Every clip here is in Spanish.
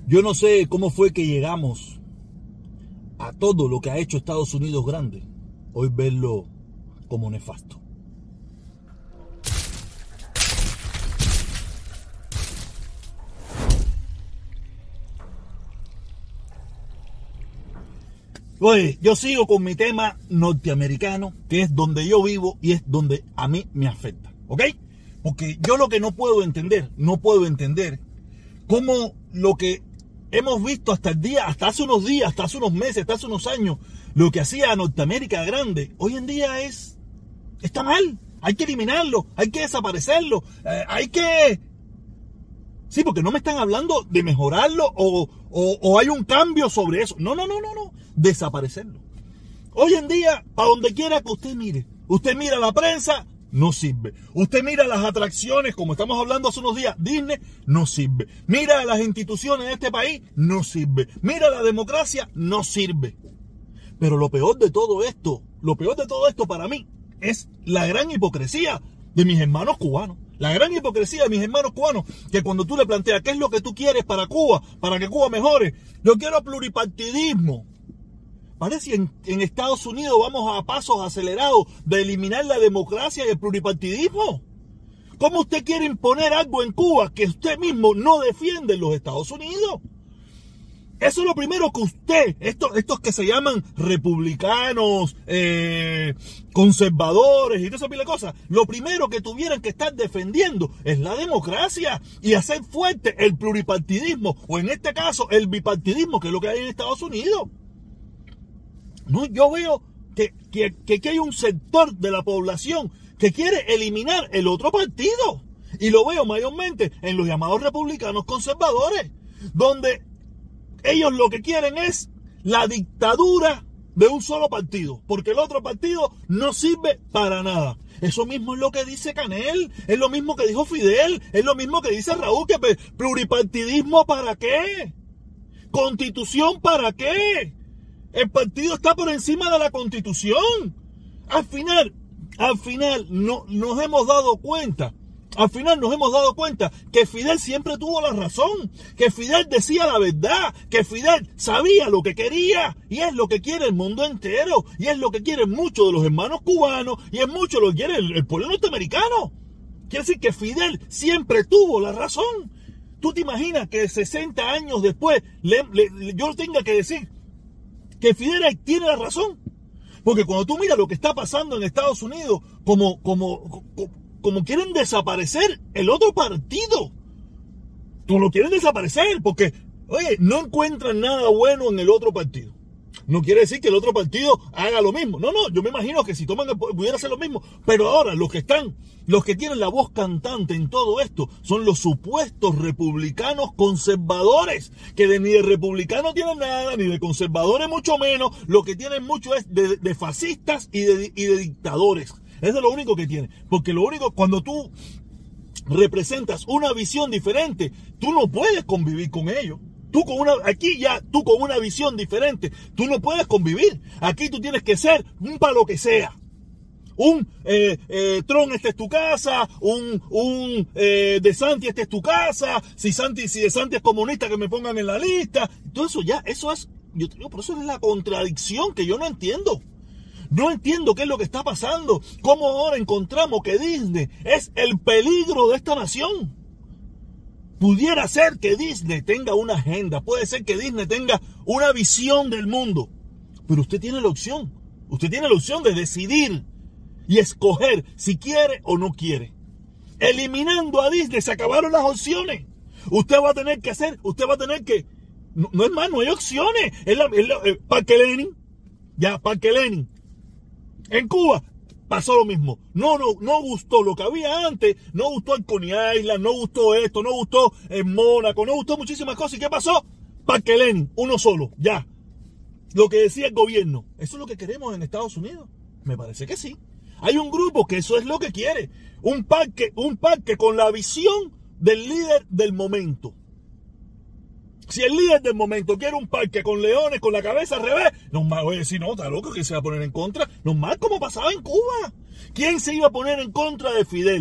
Yo no sé cómo fue que llegamos a todo lo que ha hecho Estados Unidos grande, hoy verlo como nefasto. Oye, yo sigo con mi tema norteamericano, que es donde yo vivo y es donde a mí me afecta, ¿ok? Porque yo lo que no puedo entender cómo lo que hemos visto hasta hace unos días, hasta hace unos meses, hasta hace unos años, lo que hacía a Norteamérica grande, hoy en día está mal. Hay que eliminarlo, hay que desaparecerlo, Sí, porque no me están hablando de mejorarlo o hay un cambio sobre eso. No. Desaparecerlo. Hoy en día, a donde quiera que usted mira la prensa, no sirve. Usted mira las atracciones, como estamos hablando hace unos días, Disney, no sirve. Mira las instituciones de este país, no sirve. Mira la democracia, no sirve. Pero lo peor de todo esto para mí, es la gran hipocresía de mis hermanos cubanos. La gran hipocresía de mis hermanos cubanos, que cuando tú le planteas qué es lo que tú quieres para Cuba, para que Cuba mejore, yo quiero pluripartidismo. Parece que en Estados Unidos vamos a pasos acelerados de eliminar la democracia y el pluripartidismo. ¿Cómo usted quiere imponer algo en Cuba que usted mismo no defiende en los Estados Unidos? Eso es lo primero que estos que se llaman republicanos, conservadores y toda esa pila de cosas, lo primero que tuvieran que estar defendiendo es la democracia y hacer fuerte el pluripartidismo, o en este caso el bipartidismo, que es lo que hay en Estados Unidos. No, yo veo que hay un sector de la población que quiere eliminar el otro partido. Y lo veo mayormente en los llamados republicanos conservadores, donde ellos lo que quieren es la dictadura de un solo partido, porque el otro partido no sirve para nada. Eso mismo es lo que dice Canel, es lo mismo que dijo Fidel, es lo mismo que dice Raúl, que pluripartidismo ¿para qué? ¿Constitución para qué? El partido está por encima de la Constitución. Al final nos hemos dado cuenta que Fidel siempre tuvo la razón, que Fidel decía la verdad, que Fidel sabía lo que quería, y es lo que quiere el mundo entero, y es lo que quieren muchos de los hermanos cubanos, y es mucho lo que quiere el pueblo norteamericano. Quiere decir que Fidel siempre tuvo la razón. ¿Tú te imaginas que 60 años después yo tenga que decir que Fidel tiene la razón? Porque cuando tú miras lo que está pasando en Estados Unidos, como quieren desaparecer el otro partido. Como lo quieren desaparecer, porque, oye, no encuentran nada bueno en el otro partido. No quiere decir que el otro partido haga lo mismo. No, yo me imagino que si pudiera hacer lo mismo. Pero ahora los que tienen la voz cantante en todo esto son los supuestos republicanos conservadores, que ni de republicanos tienen nada, ni de conservadores mucho menos. Lo que tienen mucho es de fascistas y de dictadores. Eso es lo único que tiene. Porque cuando tú representas una visión diferente, tú no puedes convivir con ellos. Tú con una visión diferente, tú no puedes convivir. Aquí tú tienes que ser un para lo que sea. Trump, esta es tu casa. DeSantis, esta es tu casa. Si DeSantis es comunista, que me pongan en la lista. Todo eso yo te digo, por eso es la contradicción que yo no entiendo. No entiendo qué es lo que está pasando. Cómo ahora encontramos que Disney es el peligro de esta nación. Pudiera ser que Disney tenga una agenda, puede ser que Disney tenga una visión del mundo, pero usted tiene la opción de decidir y escoger si quiere o no quiere. Eliminando a Disney se acabaron las opciones. Usted va a tener que, no es más, no hay opciones. Parque Lenin. En Cuba pasó lo mismo. No gustó lo que había antes. No gustó el Coney Island. No gustó esto. No gustó en Mónaco. No gustó muchísimas cosas. ¿Y qué pasó? Parque Lenin. Uno solo. Ya. Lo que decía el gobierno. ¿Eso es lo que queremos en Estados Unidos? Me parece que sí. Hay un grupo que eso es lo que quiere. Un parque con la visión del líder del momento. Si el líder del momento quiere un parque con leones, con la cabeza al revés, normal, voy a decir, no, está loco, que se va a poner en contra. Normal, como pasaba en Cuba. ¿Quién se iba a poner en contra de Fidel?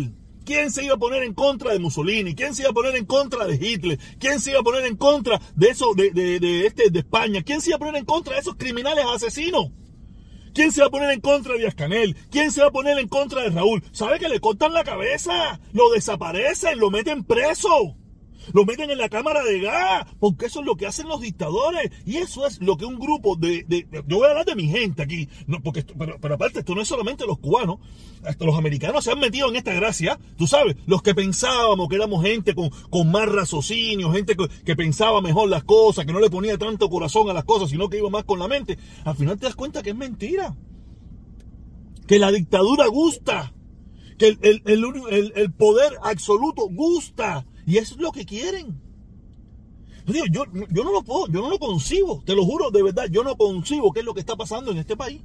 ¿Quién se iba a poner en contra de Mussolini? ¿Quién se iba a poner en contra de Hitler? ¿Quién se iba a poner en contra de eso, de España? ¿Quién se iba a poner en contra de esos criminales asesinos? ¿Quién se va a poner en contra de Díaz-Canel? ¿Quién se va a poner en contra de Raúl? ¿Sabe que le cortan la cabeza? Lo desaparecen, lo meten preso. Lo meten en la cámara de gas, porque eso es lo que hacen los dictadores. Y eso es lo que un grupo yo voy a hablar de mi gente aquí, no, porque pero aparte esto no es solamente los cubanos, hasta los americanos se han metido en esta gracia. Tú sabes, los que pensábamos que éramos gente con más raciocinio, gente que pensaba mejor las cosas, que no le ponía tanto corazón a las cosas, sino que iba más con la mente. Al final te das cuenta que es mentira. Que la dictadura gusta. Que el poder absoluto gusta. Y eso es lo que quieren. Yo no lo puedo, yo no lo concibo, te lo juro, de verdad, yo no concibo qué es lo que está pasando en este país.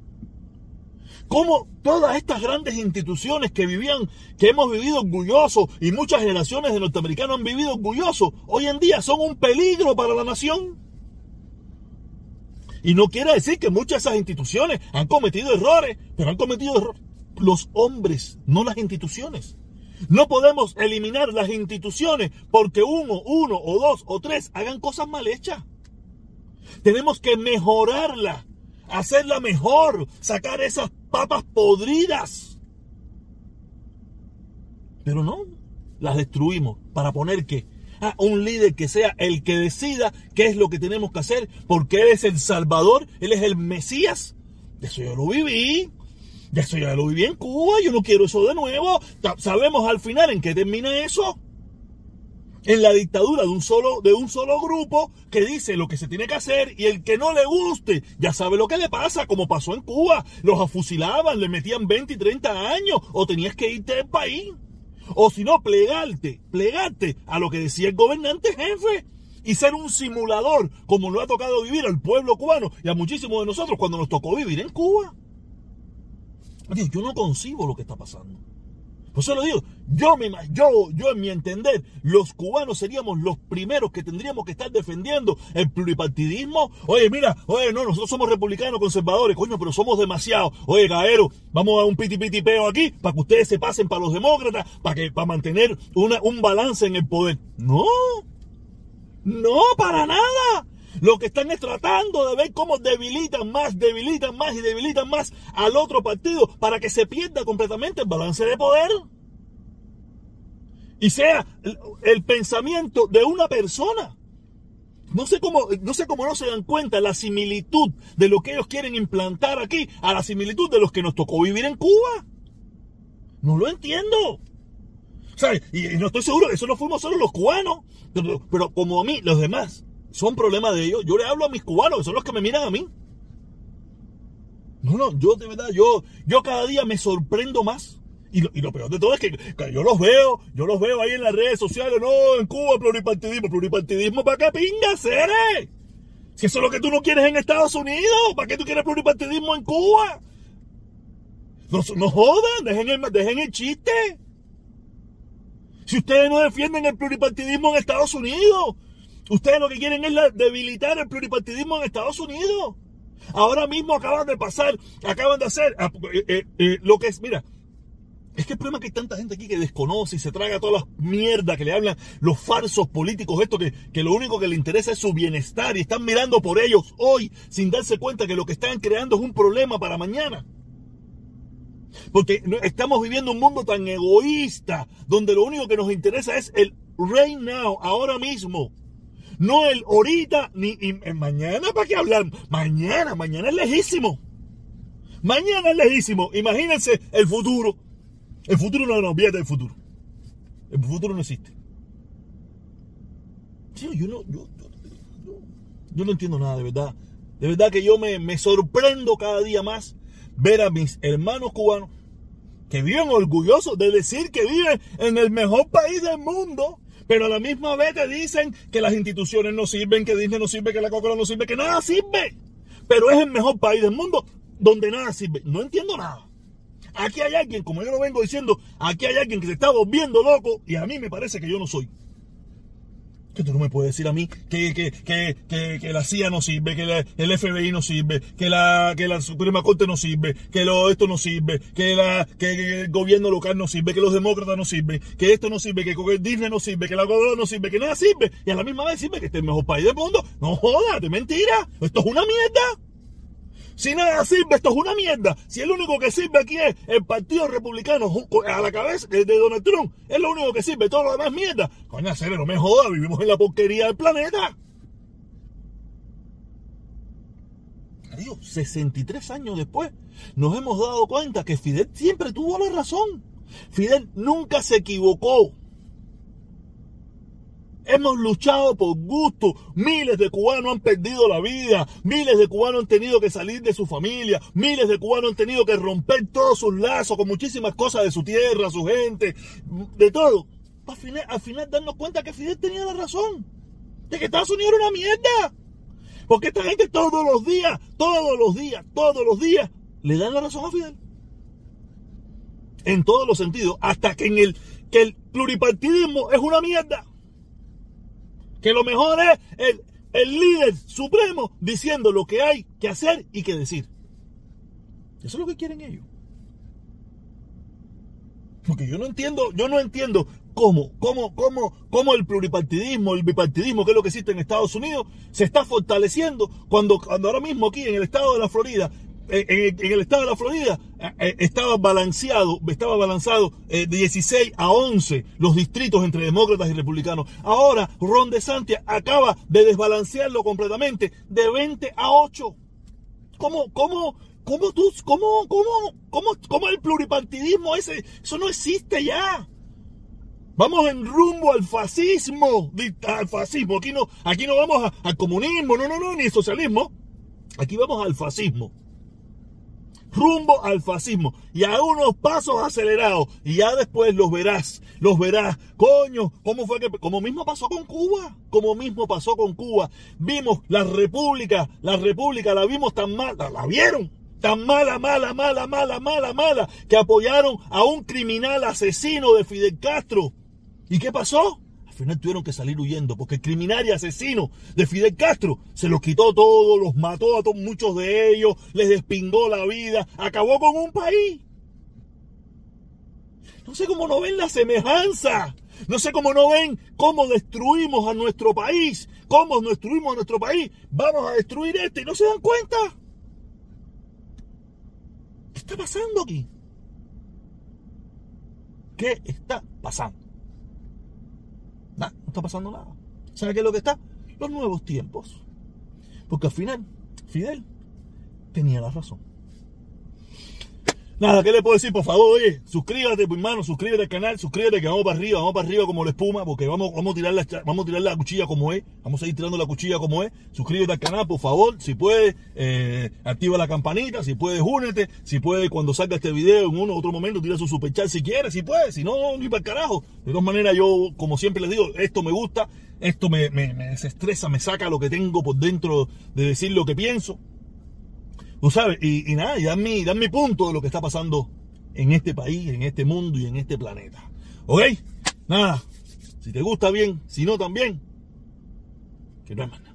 Cómo todas estas grandes instituciones que hemos vivido orgullosos, y muchas generaciones de norteamericanos han vivido orgullosos, hoy en día son un peligro para la nación. Y no quiere decir que muchas de esas instituciones han cometido errores, pero han cometido errores los hombres, no las instituciones. No podemos eliminar las instituciones porque uno o dos o tres hagan cosas mal hechas. Tenemos que mejorarla, hacerla mejor, sacar esas papas podridas. Pero no, las destruimos para poner ¿qué? Un líder que sea el que decida qué es lo que tenemos que hacer, porque Él es el Salvador, Él es el Mesías. Eso yo lo viví. Eso ya lo viví en Cuba, yo no quiero eso de nuevo. Sabemos al final en qué termina eso. En la dictadura de un solo grupo que dice lo que se tiene que hacer, y el que no le guste ya sabe lo que le pasa, como pasó en Cuba. Los afusilaban, le metían 20 y 30 años, o tenías que irte del país. O si no, plegarte a lo que decía el gobernante jefe. Y ser un simulador, como lo ha tocado vivir al pueblo cubano y a muchísimos de nosotros cuando nos tocó vivir en Cuba. Yo no concibo lo que está pasando. Por eso lo digo, yo en mi entender, los cubanos seríamos los primeros que tendríamos que estar defendiendo el pluripartidismo. Oye, no, nosotros somos republicanos conservadores, coño, pero somos demasiados. Oye, Gaero, vamos a un piti-piti-peo aquí para que ustedes se pasen para los demócratas, para mantener un balance en el poder. No, para nada. Lo que están es tratando de ver cómo debilitan más al otro partido para que se pierda completamente el balance de poder. Y sea el pensamiento de una persona. No sé cómo no se dan cuenta la similitud de lo que ellos quieren implantar aquí a la similitud de los que nos tocó vivir en Cuba. No lo entiendo. O sea, y no estoy seguro, eso no fuimos solo los cubanos, pero como a mí, los demás. Son problemas de ellos. Yo le hablo a mis cubanos, que son los que me miran a mí. No, yo de verdad, yo cada día me sorprendo más. Y lo peor de todo es que yo los veo ahí en las redes sociales. No, en Cuba pluripartidismo, ¿para qué pinga, Cere? Si eso es lo que tú no quieres en Estados Unidos, ¿para qué tú quieres pluripartidismo en Cuba? No jodan, dejen el chiste. Si ustedes no defienden el pluripartidismo en Estados Unidos, ustedes lo que quieren es debilitar el pluripartidismo en Estados Unidos. Ahora mismo acaban de hacer lo que es, mira, es que el problema es que hay tanta gente aquí que desconoce y se traga todas las mierdas que le hablan los falsos políticos, esto que lo único que le interesa es su bienestar y están mirando por ellos hoy sin darse cuenta que lo que están creando es un problema para mañana. Porque estamos viviendo un mundo tan egoísta donde lo único que nos interesa es el right now, ahora mismo. No el ahorita, ni mañana, ¿para qué hablar? Mañana es lejísimo. Mañana es lejísimo. Imagínense el futuro. El futuro no, olvídate del futuro. El futuro no existe. Sí, yo no entiendo nada, de verdad. De verdad que yo me sorprendo cada día más ver a mis hermanos cubanos que viven orgullosos de decir que viven en el mejor país del mundo. Pero a la misma vez te dicen que las instituciones no sirven, que Disney no sirve, que la Coca-Cola no sirve, que nada sirve. Pero es el mejor país del mundo donde nada sirve. No entiendo nada. Aquí hay alguien, como yo lo vengo diciendo, aquí hay alguien que se está volviendo loco y a mí me parece que yo no soy. Que tú no me puedes decir a mí que la CIA no sirve, que el FBI no sirve, que la Suprema Corte no sirve, esto no sirve, que el gobierno local no sirve, que los demócratas no sirven, que esto no sirve, que Disney no sirve, que la Coca-Cola no sirve, que nada sirve, y a la misma vez sirve que este es el mejor país del mundo. No jodas, de mentira. Esto es una mierda. Si nada sirve, esto es una mierda. Si el único que sirve aquí es el Partido Republicano a la cabeza de Donald Trump, es lo único que sirve, todo lo demás es mierda. Coño, serio, no me jodas, vivimos en la porquería del planeta. Dios, 63 años después, nos hemos dado cuenta que Fidel siempre tuvo la razón. Fidel nunca se equivocó. Hemos luchado por gusto. Miles de cubanos han perdido la vida. Miles de cubanos han tenido que salir de su familia. Miles de cubanos han tenido que romper todos sus lazos con muchísimas cosas de su tierra, su gente, de todo. Al final darnos cuenta que Fidel tenía la razón. De que Estados Unidos era una mierda. Porque esta gente todos los días, le dan la razón a Fidel. En todos los sentidos. Hasta que el pluripartidismo es una mierda. Que lo mejor es el líder supremo diciendo lo que hay que hacer y que decir. Eso es lo que quieren ellos. Porque yo no entiendo cómo el pluripartidismo, el bipartidismo, que es lo que existe en Estados Unidos, se está fortaleciendo cuando ahora mismo aquí en el estado de la Florida, estaba balanceado 16-11 los distritos entre demócratas y republicanos. Ahora Ron DeSantis acaba de desbalancearlo completamente de 20-8. ¿Cómo el pluripartidismo eso no existe ya? Vamos en rumbo al fascismo. Aquí no vamos al comunismo, no, ni socialismo. Aquí vamos al fascismo. Rumbo al fascismo. Y a unos pasos acelerados. Y ya después los verás. Coño, como mismo pasó con Cuba. Vimos la república la vimos tan mal, la vieron. Tan mala, que apoyaron a un criminal asesino de Fidel Castro. ¿Y qué pasó? Al final tuvieron que salir huyendo, porque el criminal y asesino de Fidel Castro se los quitó todos, los mató a todos, muchos de ellos, les despingó la vida, acabó con un país. No sé cómo no ven la semejanza. No sé cómo no ven cómo destruimos a nuestro país. Vamos a destruir este y no se dan cuenta. ¿Qué está pasando aquí? ¿Qué está pasando? Nada, no está pasando nada. ¿Sabe qué es lo que está? Los nuevos tiempos. Porque al final, Fidel tenía la razón. Nada, ¿qué le puedo decir? Por favor, oye, suscríbete, pues, hermano, suscríbete al canal, suscríbete que vamos para arriba como la espuma, porque vamos a tirar la cuchilla como es, vamos a ir tirando la cuchilla como es. Suscríbete al canal, por favor, si puedes, activa la campanita, si puedes, únete, si puedes, cuando salga este video en uno u otro momento, tira su superchat si quieres, si puedes, si no, ni para el carajo. De todas maneras, yo, como siempre les digo, esto me gusta, esto me desestresa, me saca lo que tengo por dentro de decir lo que pienso. Tú sabes, y nada, y dan mi punto de lo que está pasando en este país, en este mundo y en este planeta. ¿Ok? Nada, si te gusta bien, si no también, que no hay más nada.